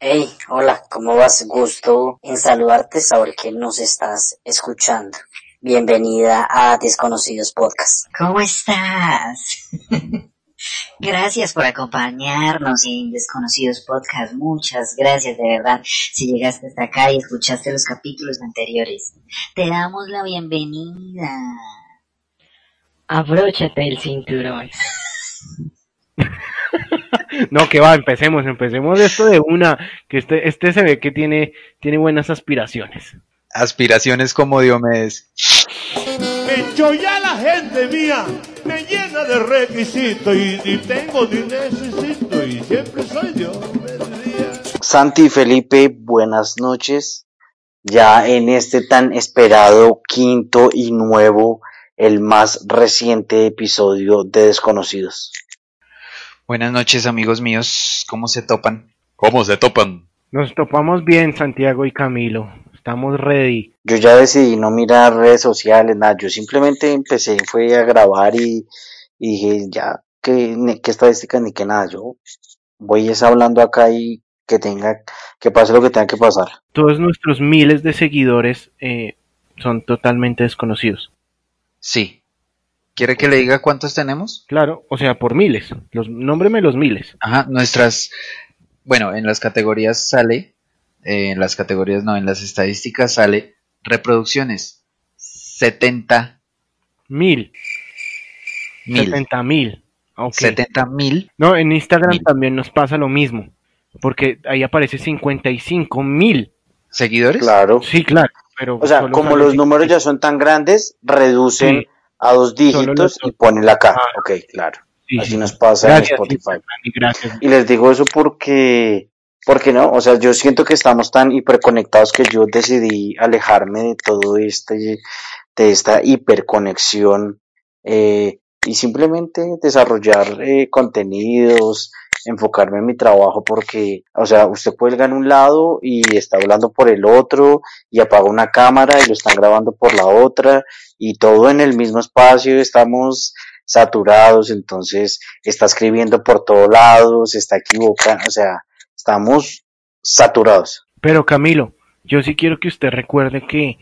Hey, hola, ¿cómo vas? Gusto en saludarte, saber que nos estás escuchando. Bienvenida a Desconocidos Podcast. ¿Cómo estás? Gracias por acompañarnos en Desconocidos Podcast. Muchas gracias, de verdad. Si llegaste hasta acá y escuchaste los capítulos anteriores, te damos la bienvenida. Abróchate el cinturón. No, que va, empecemos esto de una, que este se ve que tiene buenas aspiraciones. Aspiraciones como Diomedes. Ya la gente mía me llena de requisitos y ni tengo ni necesito y siempre soy Dios. Santi y Felipe, buenas noches. Ya en este tan esperado quinto y nuevo, el más reciente episodio de Desconocidos. Buenas noches, amigos míos. ¿Cómo se topan? ¿Cómo se topan? Nos topamos bien, Santiago y Camilo. Estamos ready. Yo ya decidí no mirar redes sociales, nada. Yo simplemente fue a grabar y dije ya que estadísticas ni que nada. Yo voy hablando acá y que pase lo que tenga que pasar. Todos nuestros miles de seguidores son totalmente desconocidos. Sí. ¿Quiere que le diga cuántos tenemos? Claro, o sea, por miles. Nómbreme los miles. Ajá, bueno, en las categorías sale, en las estadísticas sale reproducciones 70.000. 70.000. Okay. 70.000. No, en Instagram también nos pasa lo mismo, porque ahí aparece 55.000. ¿Seguidores? Claro. Sí, claro. Pero o sea, como los números ya son tan grandes, reducen sí, a 2 dígitos y ponen la caja. Ok, claro. Sí, así sí. nos pasa Gracias, en Spotify. Gracias. Y les digo eso porque no, o sea, yo siento que estamos tan hiperconectados que yo decidí alejarme de todo de esta hiperconexión y simplemente desarrollar contenidos, enfocarme en mi trabajo porque, o sea, usted cuelga en un lado y está hablando por el otro y apaga una cámara y lo están grabando por la otra y todo en el mismo espacio, estamos saturados, entonces está escribiendo por todos lados, está equivocando, o sea, estamos saturados. Pero Camilo, yo sí quiero que usted recuerde que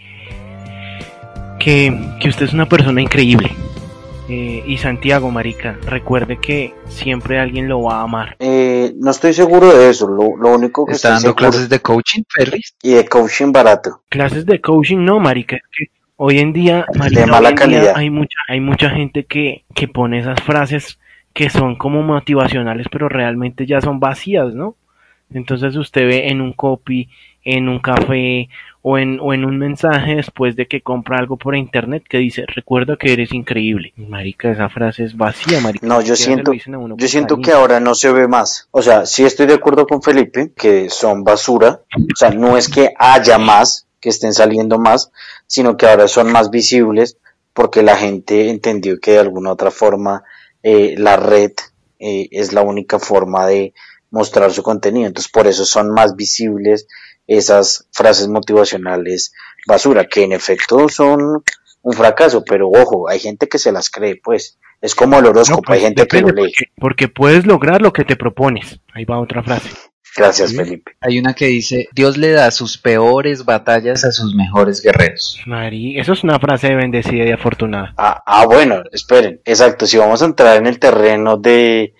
usted es una persona increíble. Y Santiago, marica, recuerde que siempre alguien lo va a amar. No estoy seguro de eso, lo único que ¿Está estoy dando seguro, clases de coaching, Ferris? y de coaching barato. Clases de coaching no, marica, es que hoy en día, marica, de mala hoy en calidad. Día hay mucha gente que pone esas frases que son como motivacionales, pero realmente ya son vacías, ¿no? Entonces usted ve en un copy, en un café o en un mensaje después de que compra algo por internet que dice, recuerda que eres increíble. Marica, esa frase es vacía, marica. No, yo siento que ahora no se ve más. O sea, sí estoy de acuerdo con Felipe, que son basura. O sea, no es que haya más, que estén saliendo más, sino que ahora son más visibles porque la gente entendió que de alguna otra forma la red es la única forma de mostrar su contenido, entonces por eso son más visibles esas frases motivacionales basura, que en efecto son un fracaso, pero ojo, hay gente que se las cree, pues, es como el horóscopo, no, pues, hay gente que lo lee. Porque puedes lograr lo que te propones, ahí va otra frase. Gracias, ¿sí? Felipe. Hay una que dice, Dios le da sus peores batallas a sus mejores guerreros. Eso es una frase de bendecida y afortunada. Bueno, esperen, exacto, si vamos a entrar en el terreno de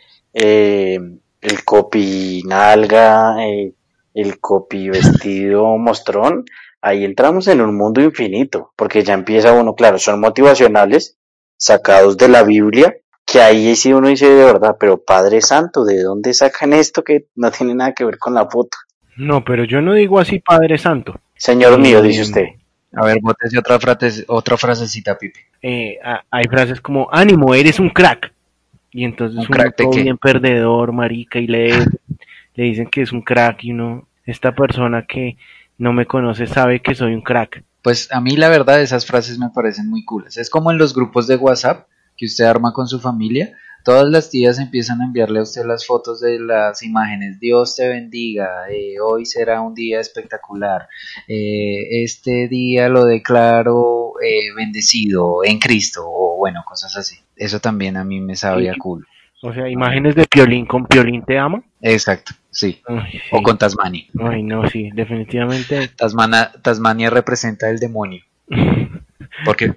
el copy nalga, el copy vestido mostrón, ahí entramos en un mundo infinito, porque ya empieza uno, claro, son motivacionales, sacados de la Biblia, que ahí sí uno dice de verdad, pero Padre Santo, ¿de dónde sacan esto que no tiene nada que ver con la foto? No, pero yo no digo así Padre Santo. Señor mío, dice usted. A ver, bótese otra frasecita, Pipe. Hay frases como, ánimo, eres un crack. Y entonces ¿Un crack uno todo bien perdedor, marica, y le dicen que es un crack y uno, esta persona que no me conoce sabe que soy un crack. Pues a mí la verdad esas frases me parecen muy cool. Es como en los grupos de WhatsApp que usted arma con su familia. Todas las tías empiezan a enviarle a usted las fotos de las imágenes. Dios te bendiga, hoy será un día espectacular. Este día lo declaro bendecido en Cristo, o bueno, cosas así. Eso también a mí me sabía cool. O sea, imágenes de Piolín con Piolín te ama. Exacto. Sí. Ay, sí. O con Tasmania. Ay, no, sí, definitivamente. Tasmania representa el demonio. Porque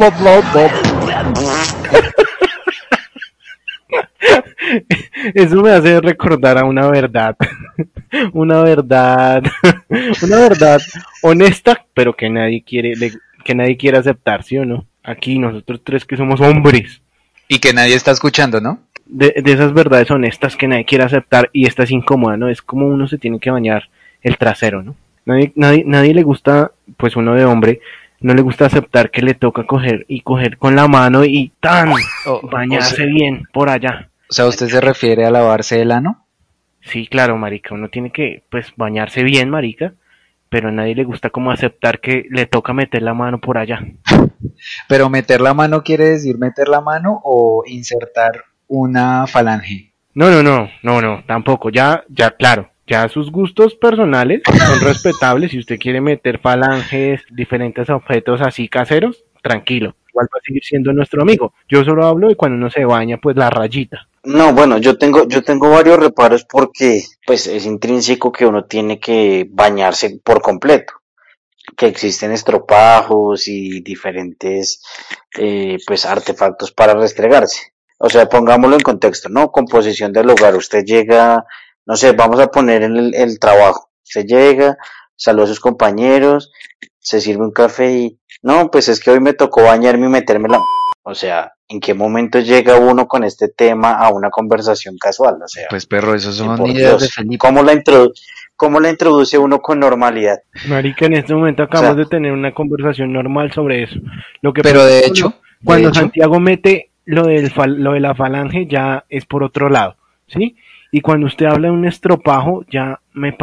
Eso me hace recordar a una verdad, una verdad, una verdad honesta, pero que nadie quiere, que nadie quiere aceptar, ¿sí o no? Aquí nosotros tres que somos hombres, y que nadie está escuchando, ¿no? de esas verdades honestas que nadie quiere aceptar y esta es incómoda, ¿no? Es como uno se tiene que bañar el trasero, ¿no? Nadie le gusta, pues uno de hombre, no le gusta aceptar que le toca coger con la mano y tan bañarse bien por allá. O sea, ¿usted se refiere a lavarse el ano? Sí, claro, marica, uno tiene que, pues, bañarse bien, marica, pero a nadie le gusta como aceptar que le toca meter la mano por allá. Pero meter la mano quiere decir meter la mano o insertar una falange. No, tampoco, claro, ya sus gustos personales son respetables, si usted quiere meter falanges, diferentes objetos así caseros, tranquilo, igual va a seguir siendo nuestro amigo. Yo solo hablo de cuando uno se baña, pues, la rayita. No, bueno, yo tengo varios reparos porque pues es intrínseco que uno tiene que bañarse por completo, que existen estropajos y diferentes pues artefactos para restregarse. O sea, pongámoslo en contexto, ¿no? Composición del hogar. Usted llega, no sé, vamos a poner en el trabajo. Usted llega, saluda a sus compañeros, se sirve un café y, no, pues es que hoy me tocó bañarme y meterme la... O sea, ¿en qué momento llega uno con este tema a una conversación casual? O sea, Pues perro, esos son por ideas de Dios, Felipe. ¿cómo la introduce uno con normalidad? Marica, en este momento O acabamos sea, de tener una conversación normal sobre eso. Lo que Pero pasa es de que hecho, cuando Santiago mete lo de la falange ya es por otro lado, ¿sí? Y cuando usted habla de un estropajo ya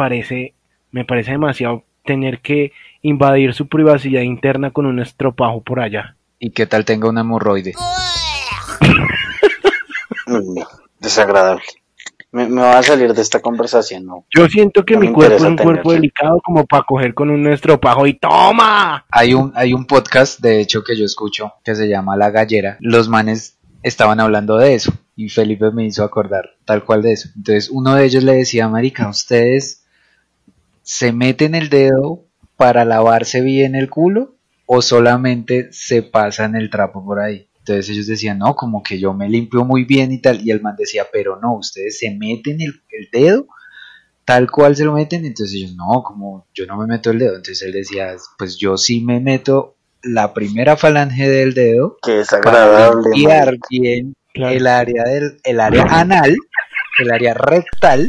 me parece demasiado tener que invadir su privacidad interna con un estropajo por allá. ¿y qué tal tenga un hemorroide? no, desagradable. Me va a salir de esta conversación, no, Yo siento que no me mi cuerpo es interesa un cuerpo tenerla. delicado como para coger con un estropajo y ¡toma! Hay un podcast, de hecho, que yo escucho que se llama La Gallera. Los manes estaban hablando de eso y Felipe me hizo acordar tal cual de eso. Entonces uno de ellos le decía, marica, ¿ustedes se meten el dedo para lavarse bien el culo o solamente se pasan el trapo por ahí? Entonces ellos decían, no, como que yo me limpio muy bien y tal. Y el man decía, pero no, ustedes se meten el dedo tal cual se lo meten. Entonces ellos, no, como yo no me meto el dedo. Entonces él decía, pues yo sí me meto la primera falange del dedo Qué para desagradable, limpiar marica. bien Claro. el área anal, el área rectal,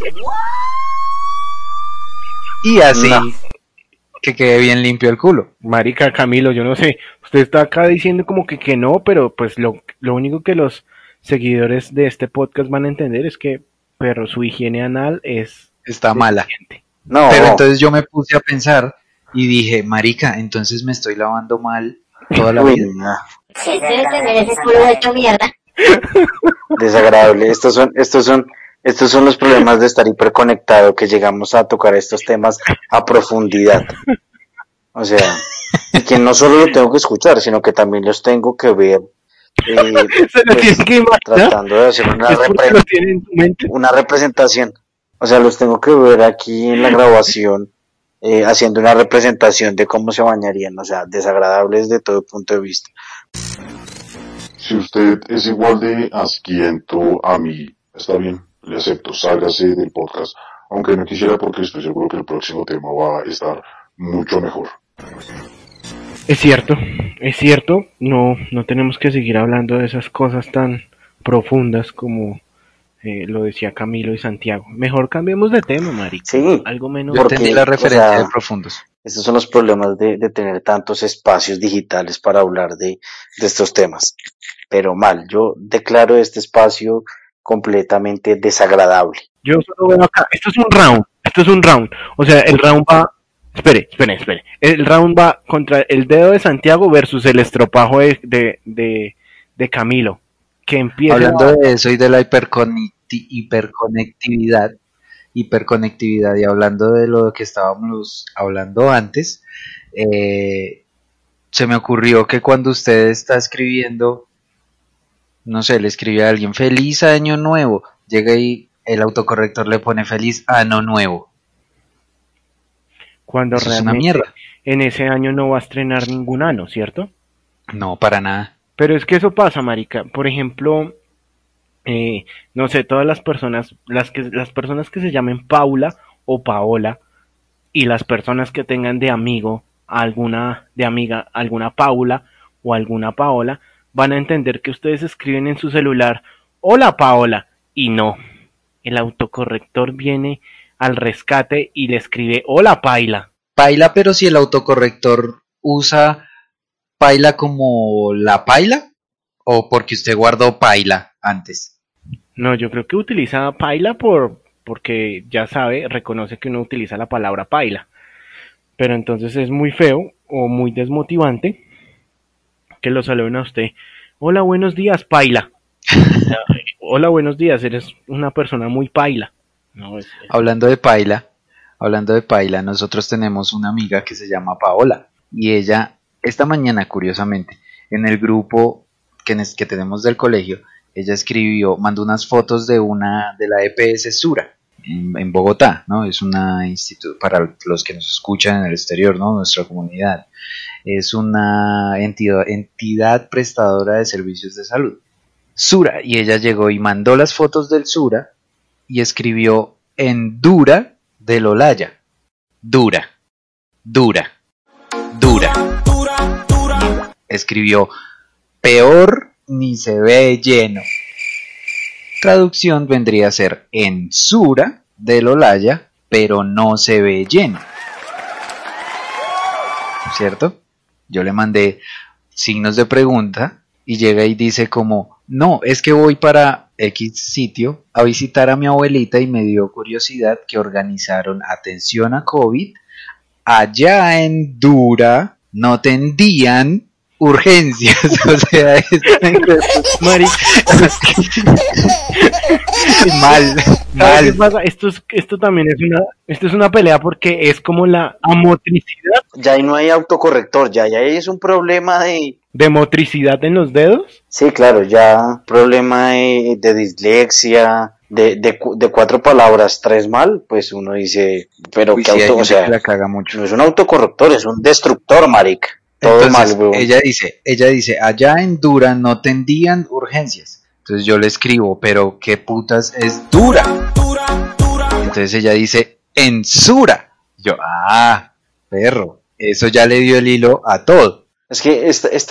y así No. que quede bien limpio el culo. Marica Camilo, yo no sé, usted está acá diciendo como que no, pero pues lo único que los seguidores de este podcast van a entender es que, pero su higiene anal es Está mala. deficiente. No, Pero entonces yo me puse a pensar y dije, marica, entonces me estoy lavando mal toda la uy, vida. no, Sí, debes tener ese culo vuelto mierda. desagradable. Estos son los problemas de estar hiperconectado, que llegamos a tocar estos temas a profundidad. O sea, y que no solo lo tengo que escuchar, sino que también los tengo que ver, Se lo tiene pues que imaginar, tratando de hacer es porque lo tiene en su mente. una representación. O sea, los tengo que ver aquí en la grabación, haciendo una representación de cómo se bañarían. O sea, desagradables de todo punto de vista. Si usted es igual de asquiento a mí, está bien, le acepto, sálgase del podcast, aunque no quisiera porque estoy seguro que el próximo tema va a estar mucho mejor. Es cierto, no tenemos que seguir hablando de esas cosas tan profundas como lo decía Camilo y Santiago. Mejor cambiemos de tema, marica. Sí, Algo menos. Yo porque, entendí la o referencia sea, de profundos. estos son los problemas de tener tantos espacios digitales para hablar de estos temas. Pero mal, yo declaro este espacio completamente desagradable. Yo solo veo acá, esto es un round. O sea, el round va, espere. El round va contra el dedo de Santiago versus el estropajo de Camilo. Que empieza. Hablando de eso y de la hiperconectividad y hablando de lo que estábamos hablando antes, se me ocurrió que cuando usted está escribiendo, no sé, le escribe a alguien, feliz año nuevo, llega y el autocorrector le pone feliz año nuevo. Cuando Eso es una realmente mierda. en ese año no va a estrenar ningún ano, ¿cierto? No, para nada. Pero es que eso pasa, marica. Por ejemplo, no sé, todas las personas, las personas que se llamen Paula o Paola y las personas que tengan de amigo alguna, de amiga, alguna Paula o alguna Paola, van a entender que ustedes escriben en su celular, hola Paola, y no. El autocorrector viene al rescate y le escribe, hola Paila. Paila, pero si el autocorrector usa paila como la paila, o porque usted guardó paila antes. No, yo creo que utiliza paila porque ya sabe, reconoce que uno utiliza la palabra paila. Pero entonces es muy feo o muy desmotivante que lo saluden a usted. Hola, buenos días, paila. Hola, buenos días, eres una persona muy paila. No, Hablando de paila, nosotros tenemos una amiga que se llama Paola y ella, esta mañana, curiosamente, en el grupo que tenemos del colegio, ella mandó unas fotos de la EPS Sura en Bogotá, ¿no? Es una institución, para los que nos escuchan en el exterior, ¿no? Nuestra comunidad. Es una entidad prestadora de servicios de salud. Sura, y ella llegó y mandó las fotos del Sura y escribió en Dura del Olaya. Dura, dura, dura. Escribió peor ni se ve lleno. Traducción vendría a ser en Sura del Olaya, pero no se ve lleno. ¿Cierto? Yo le mandé signos de pregunta y llega y dice como, no, es que voy para X sitio a visitar a mi abuelita y me dio curiosidad que organizaron atención a COVID allá en Dura, no tendían urgencias, o sea, marica, mal, ¿sabes qué mal. pasa? Esto también esto es una pelea porque es como la amotricidad, Ya ahí no hay autocorrector, ya ahí es un problema de motricidad en los dedos. sí, claro, ya problema de dislexia, de cuatro palabras, tres mal, pues uno dice, pero Uy, qué sí, hay o gente que sea, la caga mucho. no es un autocorrector, es un destructor, marica. Todo mal, Entonces, weón. ella dice, allá en Dura no tendían urgencias. Entonces yo le escribo, pero qué putas es Dura. Entonces ella dice, en Sura. Yo, perro, eso ya le dio el hilo a todo. Es que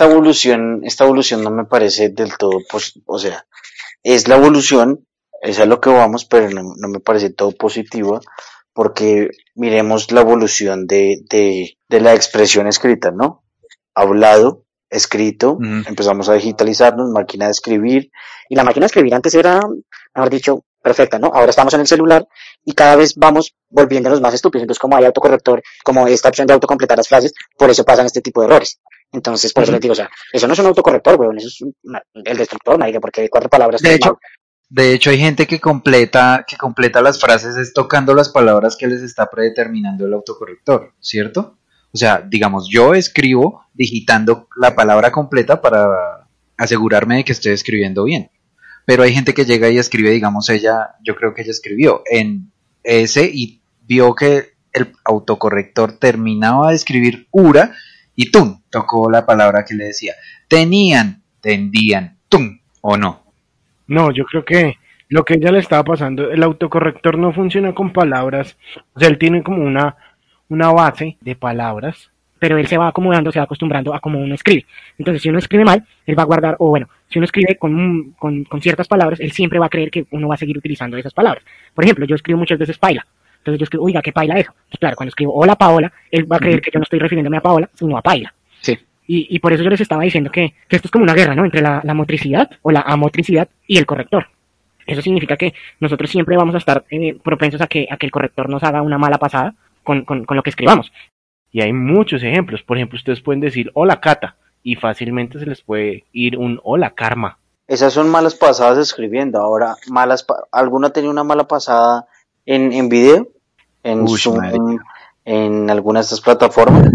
esta evolución no me parece del todo, o sea, es la evolución, es a lo que vamos, pero no me parece todo positiva, porque miremos la evolución de la expresión escrita, ¿no? Hablado, escrito, empezamos a digitalizarnos, máquina de escribir, y la máquina de escribir antes era, mejor dicho, perfecta, ¿no? Ahora estamos en el celular y cada vez vamos volviéndonos más estúpidos. Entonces, como hay autocorrector, como esta opción de autocompletar las frases, por eso pasan este tipo de errores. Entonces, por eso les digo, o sea, eso no es un autocorrector, weón, eso es el destructor, marica, porque cuatro palabras De tres mal. hecho, de hecho hay gente que completa las frases es tocando las palabras que les está predeterminando el autocorrector, ¿cierto? O sea, digamos, yo escribo digitando la palabra completa para asegurarme de que estoy escribiendo bien. Pero hay gente que llega y escribe, digamos, yo creo que ella escribió en ese y vio que el autocorrector terminaba de escribir ura y tum, tocó la palabra que le decía. Tenían, tendían, tum, o no. No, yo creo que lo que ella le estaba pasando, el autocorrector no funciona con palabras, o sea, él tiene como una base de palabras, pero él se va acomodando, se va acostumbrando a cómo uno escribe. Entonces, si uno escribe mal, él va a guardar, o bueno, si uno escribe con ciertas palabras, él siempre va a creer que uno va a seguir utilizando esas palabras. Por ejemplo, yo escribo muchas veces paila. Entonces yo escribo, oiga, ¿qué paila eso? Entonces, claro, cuando escribo hola Paola, él va a creer que yo no estoy refiriéndome a Paola, sino a paila. Sí. Y por eso yo les estaba diciendo que esto es como una guerra, ¿no? Entre la motricidad o la amotricidad y el corrector. Eso significa que nosotros siempre vamos a estar propensos a que el corrector nos haga una mala pasada con lo que escribamos. Y hay muchos ejemplos. Por ejemplo, ustedes pueden decir hola Cata y fácilmente se les puede ir un hola Karma. Esas son malas pasadas escribiendo. Ahora, ¿alguna tenía una mala pasada en video? En Uy, Zoom, madre. en alguna de estas plataformas.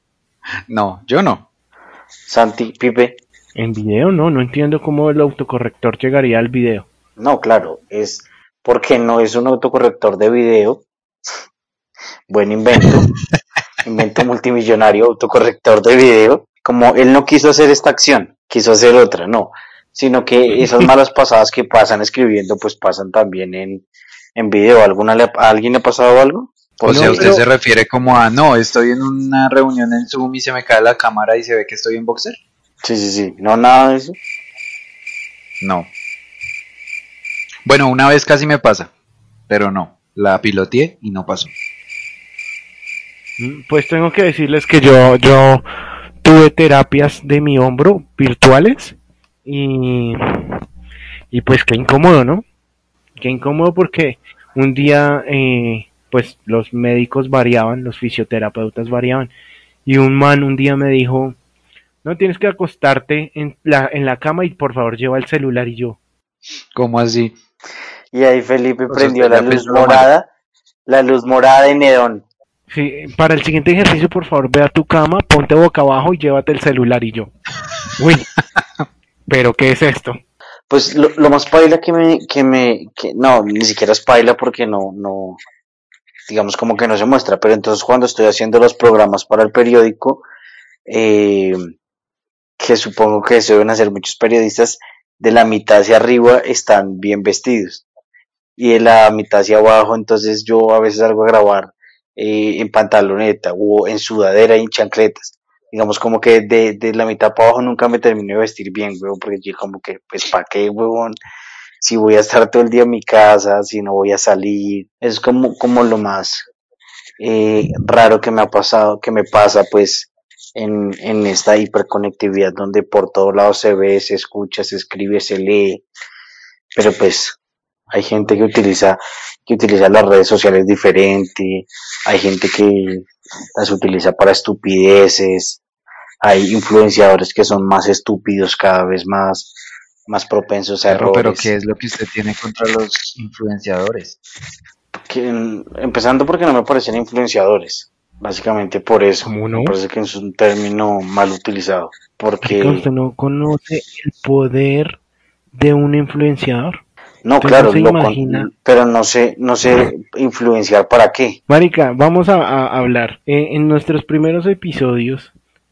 No, yo no. Santi, Pipe. En video no entiendo cómo el autocorrector llegaría al video. No, claro, es porque no es un autocorrector de video. Buen invento, invento multimillonario, autocorrector de video. Como él no quiso hacer esta acción, quiso hacer otra, no. Sino que esas malas pasadas que pasan escribiendo, pues pasan también en video. ¿A alguien le ha pasado algo? O sea, No, usted pero se refiere como a, no, estoy en una reunión en Zoom y se me cae la cámara y se ve que estoy en boxer. Sí. No, nada de eso. No. Bueno, una vez casi me pasa, pero no, la piloteé y no pasó. pues tengo que decirles que yo tuve terapias de mi hombro virtuales y, y pues qué incómodo, ¿no? Qué incómodo porque un día pues los médicos variaban, los fisioterapeutas variaban y un man un día me dijo, no tienes que acostarte en la cama y por favor lleva el celular y yo. ¿Cómo así? Y ahí Felipe O sea, prendió usted ya pensó lo malo. la luz morada de neón. Sí, para el siguiente ejercicio por favor ve a tu cama, ponte boca abajo y llévate el celular y yo. Uy, pero ¿qué es esto? Pues lo más paila no, ni siquiera es paila porque no, digamos como que no se muestra, pero entonces cuando estoy haciendo los programas para el periódico, eh, que supongo que eso deben hacer muchos periodistas, de la mitad hacia arriba están bien vestidos y de la mitad hacia abajo, entonces yo a veces salgo a grabar en pantaloneta o en sudadera y en chancletas. Digamos como que de la mitad para abajo nunca me termino de vestir bien, huevón, porque yo como que, pues, ¿para qué, huevón? Si voy a estar todo el día en mi casa, si no voy a salir, es como lo más raro que me ha pasado, que me pasa, pues, en esta hiperconectividad donde por todos lados se ve, se escucha, se escribe, se lee, pero pues hay gente que utiliza las redes sociales diferente, hay gente que las utiliza para estupideces, hay influenciadores que son más estúpidos cada vez más propensos a Perro, pero ¿qué errores. es lo que usted tiene contra los influenciadores? Empezando porque no me parecen influenciadores, básicamente por eso, ¿Cómo no? me parece que es un término mal utilizado, Marica, porque ¿usted no conoce el poder de un influenciador? no, Usted no claro, se imagina. pero no sé influenciar para qué. Marica, vamos a hablar. En nuestros primeros episodios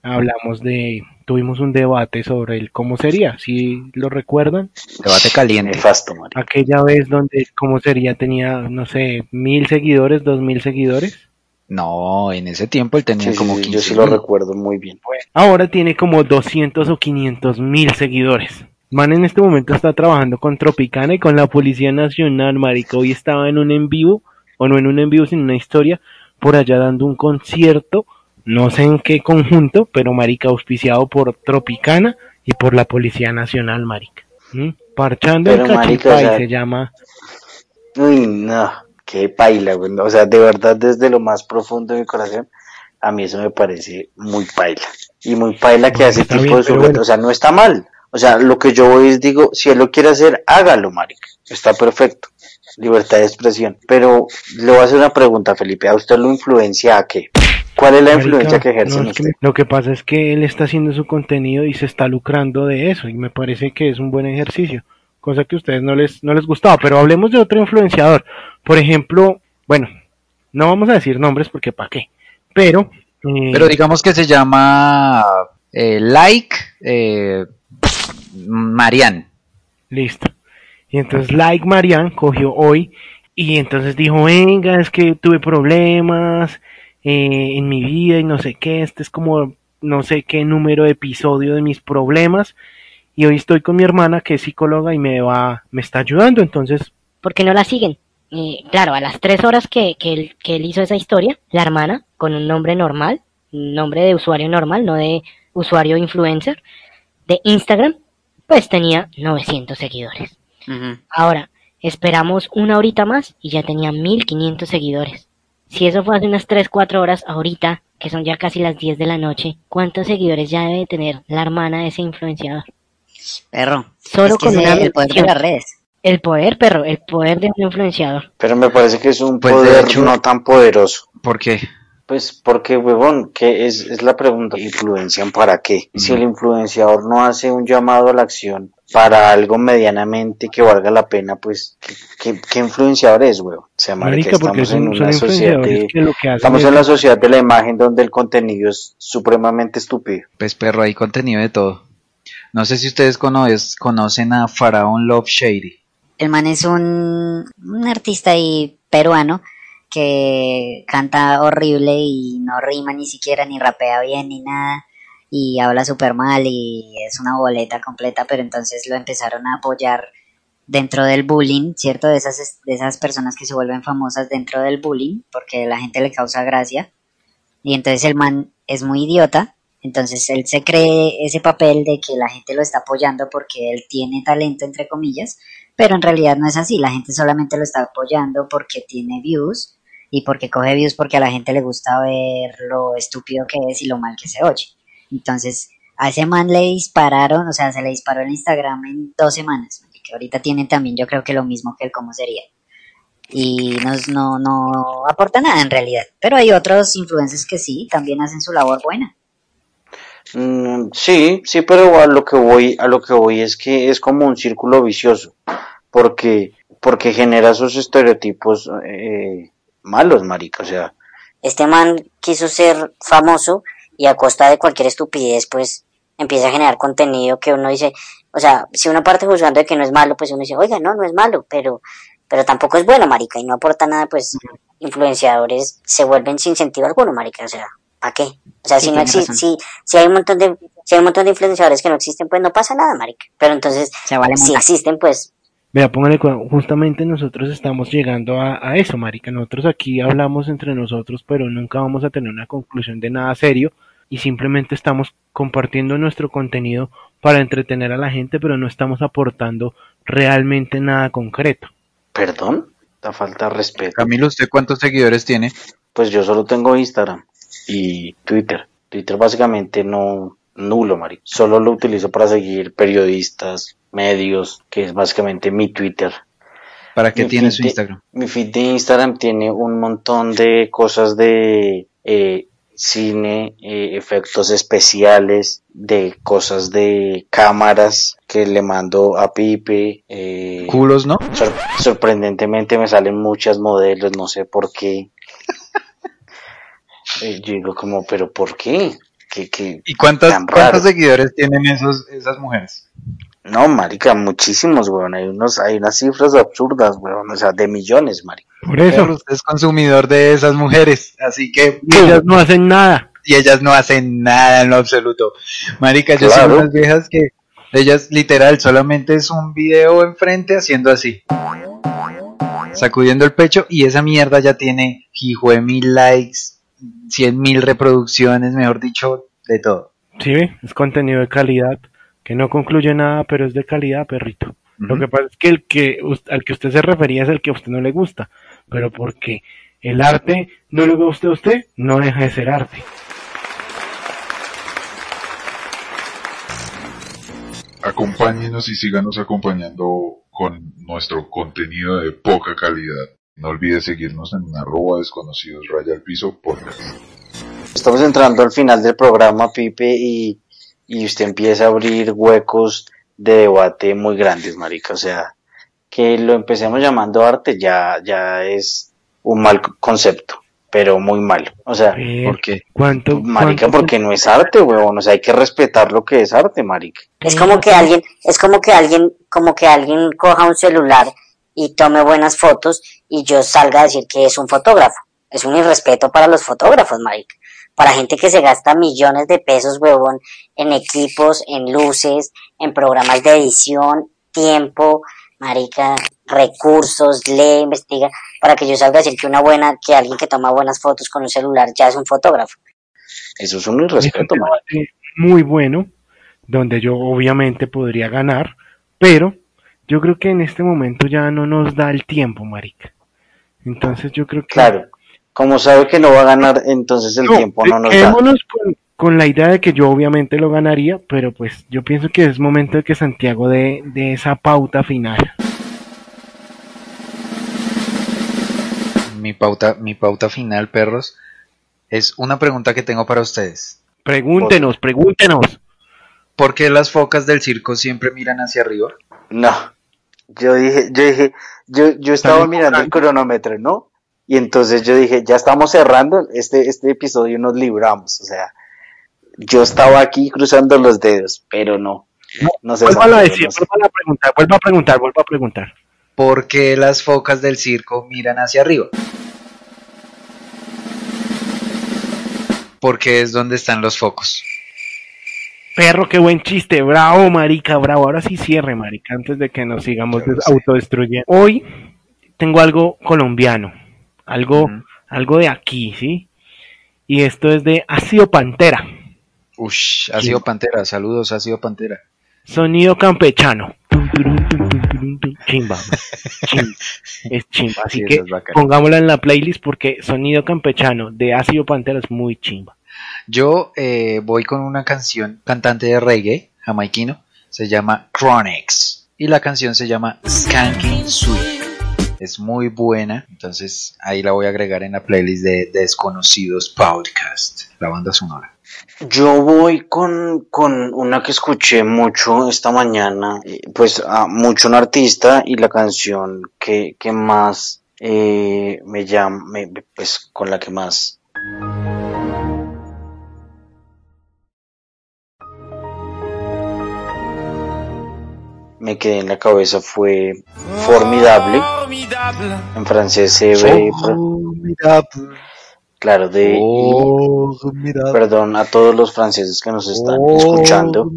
tuvimos un debate sobre el cómo sería, si lo recuerdan. Debate caliente. Nefasto, María. Aquella vez donde cómo sería tenía, no sé, 1.000 seguidores, 2.000 seguidores. No, en ese tiempo él tenía Sí, como yo 15 sí lo mil. recuerdo muy bien. Ahora tiene como 200 o 500.000 seguidores. Man en este momento está trabajando con Tropicana y con la Policía Nacional, marica. Hoy estaba en un en vivo, o no en un en vivo, sino una historia, por allá dando un concierto, no sé en qué conjunto, pero marica, auspiciado por Tropicana y por la Policía Nacional, marica. Parchando en Pero marica, o Cachipay sea, se llama. uy, no, qué paila, güey. O sea, de verdad, desde lo más profundo de mi corazón, a mí eso me parece muy paila. Y muy paila que Bueno, hace está tipo bien, de pero sujeto. bueno. O sea, no está mal. O sea, lo que yo voy es, digo, si él lo quiere hacer, hágalo, marica. Está perfecto. Libertad de expresión. Pero le voy a hacer una pregunta, Felipe. ¿A usted lo influencia a qué? ¿Cuál es la influencia que Marica, ejerce no, en es que usted? lo que pasa es que él está haciendo su contenido y se está lucrando de eso y me parece que es un buen ejercicio, cosa que a ustedes no les gustaba, pero hablemos de otro influenciador. Por ejemplo, bueno, no vamos a decir nombres porque para qué, pero Pero digamos que se llama Like Marian. listo. Y entonces Like Marian cogió hoy y entonces dijo, venga, es que tuve problemas en mi vida y no sé qué, este es como no sé qué número de episodio de mis problemas y hoy estoy con mi hermana que es psicóloga y me está ayudando, entonces, ¿Por qué no la siguen? Claro, a las 3 horas que él hizo esa historia, la hermana, con un nombre normal, un nombre de usuario normal, no de usuario influencer, de Instagram, pues tenía 900 seguidores. Ahora, esperamos una horita más y ya tenía 1.500 seguidores. Si eso fue hace unas 3, 4 horas, ahorita, que son ya casi las 10 de la noche, ¿cuántos seguidores ya debe tener la hermana de ese influenciador? Perro. Solo Es que con ese una es el poder de mención. las redes. El poder, perro, el poder de un influenciador. Pero me parece que es un Pues, de poder hecho- no tan poderoso. ¿Por qué? Pues porque, huevón, que es la pregunta, ¿influencian para qué? Si el influenciador no hace un llamado a la acción para algo medianamente que valga la pena, pues, ¿qué influenciador es, weón? O sea, marica, porque estamos en son una sociedad influenciadores que lo que hacen estamos es... en la sociedad de la imagen donde el contenido es supremamente estúpido. Pues perro, hay contenido de todo. No sé si ustedes conocen a Faraón Love Shady. El man es un artista ahí peruano que canta horrible y no rima ni siquiera, ni rapea bien ni nada, y habla súper mal y es una boleta completa, pero entonces lo empezaron a apoyar dentro del bullying, ¿cierto? De esas personas que se vuelven famosas dentro del bullying porque la gente le causa gracia, y entonces el man es muy idiota. Entonces él se cree ese papel de que la gente lo está apoyando porque él tiene talento, entre comillas, pero en realidad no es así. La gente solamente lo está apoyando porque tiene views y porque coge views porque a la gente le gusta ver lo estúpido que es y lo mal que se oye. Entonces a ese man le dispararon, o sea, se le disparó el Instagram en 2 semanas, que ahorita tiene también yo creo que lo mismo que el cómo sería. Y no aporta nada en realidad. Pero hay otros influencers que sí, también hacen su labor buena. Sí, pero a lo que voy es que es como un círculo vicioso, porque genera esos estereotipos malos, marica, o sea, Este man quiso ser famoso y a costa de cualquier estupidez, pues empieza a generar contenido que uno dice, o sea, si uno parte juzgando de que no es malo, pues uno dice, oiga, no es malo, pero tampoco es bueno, marica, y no aporta nada, pues influenciadores se vuelven sin sentido alguno, marica, o sea, ¿para qué? O sea, Sí, si no tienes existe, razón. si hay un montón de, si hay un montón de influenciadores que no existen, pues no pasa nada, marica, pero entonces, Se vale si montar. existen, pues, Vea, póngale cuidado, justamente nosotros estamos llegando a eso, marica. Nosotros aquí hablamos entre nosotros, pero nunca vamos a tener una conclusión de nada serio y simplemente estamos compartiendo nuestro contenido para entretener a la gente, pero no estamos aportando realmente nada concreto. perdón, da falta de respeto. Camilo, ¿usted cuántos seguidores tiene? Pues yo solo tengo Instagram y Twitter. Twitter básicamente no, nulo, marica. Solo lo utilizo para seguir periodistas, medios, que es básicamente mi Twitter. ¿Para qué Mi tiene feed su de, Instagram? mi feed de Instagram tiene un montón de cosas de cine, efectos especiales, de cosas de cámaras que le mando a Pipe. ¿Culos, no? Sorprendentemente me salen muchas modelos, no sé por qué. Yo digo como, pero ¿por qué? ¿Qué ¿Y tan cuántos raro? seguidores tienen esas mujeres? No, marica, muchísimos, weón. Hay unas cifras absurdas, weón. O sea, de millones, marica. Por eso, Perro, usted es consumidor de esas mujeres, así que y ellas no hacen nada. y ellas no hacen nada en lo absoluto. Marica, yo sigo Claro. unas viejas que ellas literal solamente es un video enfrente haciendo así, sacudiendo el pecho y esa mierda ya tiene hijo de 1000 likes, 100.000 reproducciones, mejor dicho, de todo. Sí, ve, es contenido de calidad, que no concluye nada, pero es de calidad, perrito. Lo que pasa es que al que usted se refería es el que a usted no le gusta, pero porque el arte no le gusta a usted, no deja de ser arte. Acompáñenos y síganos acompañando con nuestro contenido de poca calidad. No olvides seguirnos en @desconocidos_podcast. Estamos entrando al final del programa, Pipe, y usted empieza a abrir huecos de debate muy grandes, marica. O sea, que lo empecemos llamando arte ya es un mal concepto, pero muy malo. O sea, ¿Por qué? marica, porque no es arte, huevón. O sea, hay que respetar lo que es arte, marica. es como que alguien coja un celular y tome buenas fotos y yo salga a decir que es un fotógrafo. Es un irrespeto para los fotógrafos, marica. Para gente que se gasta millones de pesos, huevón, en equipos, en luces, en programas de edición, tiempo, marica, recursos, lee, investiga, para que yo salga a decir que alguien que toma buenas fotos con un celular ya es un fotógrafo. Eso es un Es un irrespeto, marica. debate muy bueno, donde yo obviamente podría ganar, pero yo creo que en este momento ya no nos da el tiempo, marica. Entonces yo creo que... Claro. Como sabe que no va a ganar, entonces el tiempo no nos da. Quedémonos con la idea de que yo obviamente lo ganaría, pero pues yo pienso que es momento de que Santiago dé esa pauta final. Mi pauta final, perros, es una pregunta que tengo para ustedes. Pregúntenos. ¿Por qué las focas del circo siempre miran hacia arriba? No, yo estaba mirando el cronómetro, ¿no? Y entonces yo dije, ya estamos cerrando este episodio, nos libramos, o sea, yo estaba aquí cruzando los dedos, pero no sé. Vuelva a decir, vuelva a preguntar. ¿Por qué las focas del circo miran hacia arriba? Porque es donde están los focos. Perro, qué buen chiste, bravo, marica, bravo. Ahora sí cierre, marica, antes de que nos sigamos autodestruyendo. Hoy tengo algo colombiano, algo de aquí, ¿sí? Y esto es de Ácido Pantera. Ush, Ácido Pantera, saludos Ácido Pantera. Sonido campechano. Chimba. Es chimba, así Sí, que esa es bacana. pongámosla en la playlist porque Sonido Campechano de Ácido Pantera es muy chimba. Yo voy con una canción, cantante de reggae, jamaiquino, se llama Chronix, y la canción se llama Skanking Sweet. Es muy buena, entonces ahí la voy a agregar en la playlist de Desconocidos Podcast, la banda sonora. Yo voy con una que escuché mucho esta mañana, pues mucho un artista y la canción que más me llama, pues con la que más me quedé en la cabeza fue Formidable. En francés se ve, claro, perdón a todos los franceses que nos están escuchando,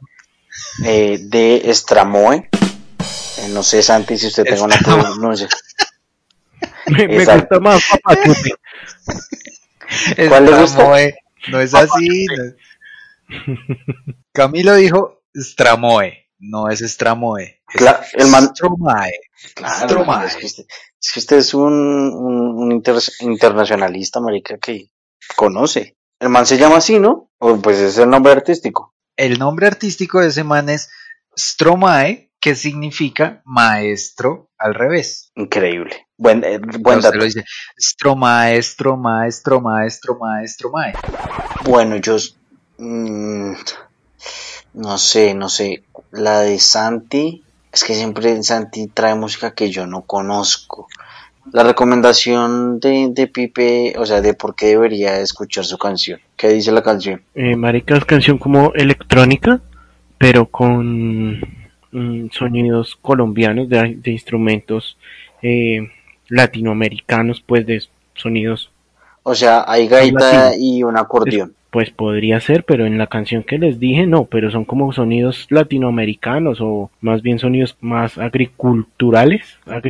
de Stramoe. No sé, Santi, si usted tenga una pronuncia. Me gusta más Papatute. ¿Cuál le gusta? No es así. No. Camilo dijo Stramoe, no es Stramoe. El man... Stromae. Claro, Stromae. es que usted es un internacionalista, marica, que conoce. El man se llama así, ¿no? O pues es el nombre artístico. El nombre artístico de ese man es Stromae, que significa maestro al revés. Increíble. Buen dato. Lo dice Stromae, Stromae, Stromae, Stromae, Stromae. Bueno, yo no sé. La de Santi, es que siempre Santi trae música que yo no conozco. La recomendación de Pipe, o sea, de por qué debería escuchar su canción. ¿Qué dice la canción? Marica, es canción como electrónica, pero con sonidos colombianos de instrumentos latinoamericanos, pues de sonidos. O sea, hay gaita y un acordeón. Pues podría ser, pero en la canción que les dije no, pero son como sonidos latinoamericanos o más bien sonidos más agriculturales,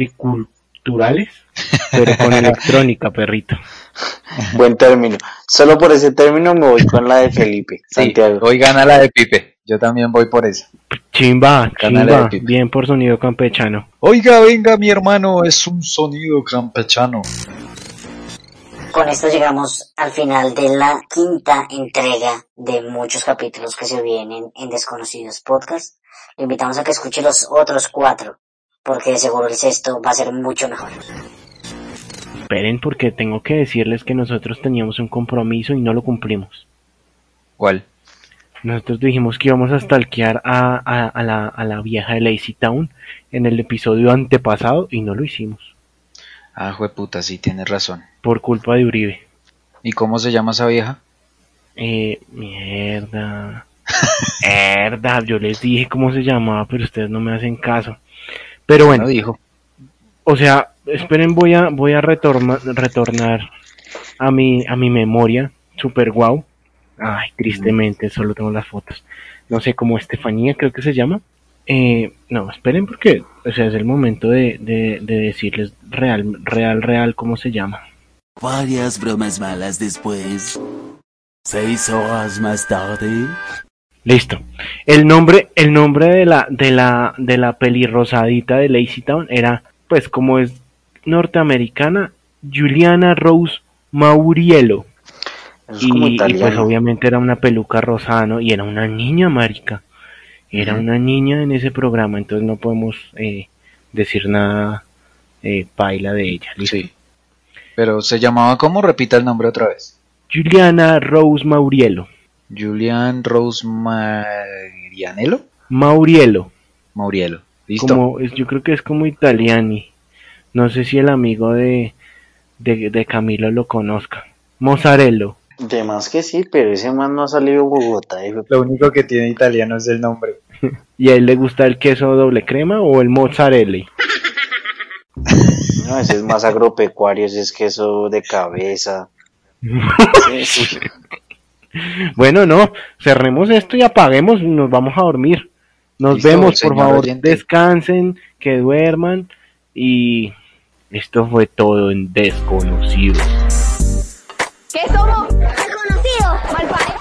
pero con electrónica, perrito. Buen término. Solo por ese término me voy con la de Felipe, Santiago. Sí, hoy gana la de Pipe, yo también voy por esa. Chimba, bien por Sonido Campechano. Oiga, venga mi hermano, es un sonido campechano. Con esto llegamos al final de la quinta entrega de muchos capítulos que se vienen en Desconocidos Podcast. Le invitamos a que escuche los otros 4, porque de seguro el sexto va a ser mucho mejor. Esperen, porque tengo que decirles que nosotros teníamos un compromiso y no lo cumplimos. ¿Cuál? Nosotros dijimos que íbamos a stalkear a la vieja de Lazy Town en el episodio antepasado y no lo hicimos. Ah, jueputa, sí, tienes razón. Por culpa de Uribe. ¿Y cómo se llama esa vieja? Mierda, yo les dije cómo se llamaba, pero ustedes no me hacen caso. Pero bueno, dijo. O sea, esperen, voy a retornar a mi memoria, super guau. Ay, tristemente, solo tengo las fotos. No sé, como Estefanía creo que se llama. No, esperen porque, o sea, es el momento de decirles real cómo se llama. Varias bromas malas después. 6 horas más tarde. Listo. El nombre de la pelirrosadita de Lazy Town era, pues como es norteamericana, Juliana Rose Mauriello. Y pues obviamente era una peluca rosada, ¿no? Y era una niña, marica. Era una niña en ese programa, entonces no podemos decir nada paila de ella. ¿Listo? Sí. Pero se llamaba ¿cómo? Repita el nombre otra vez. Juliana Rose Mauriello. Julian Rosmarianello. Mauriello. Listo. Yo creo que es como Italiani. No sé si el amigo de Camilo lo conozca. Mozzarella. De más que sí, pero ese man no ha salido de Bogotá. Lo único que tiene italiano es el nombre. ¿Y a él le gusta el queso doble crema o el mozzarella? No, ese es más agropecuario, ese es queso de cabeza. Sí. Bueno, no, cerremos esto y apaguemos y nos vamos a dormir. Nos Listo, vemos, por señor favor, oyente. descansen, que duerman y esto fue todo en Desconocidos. ¿Qué somos? Desconocidos, malparidos.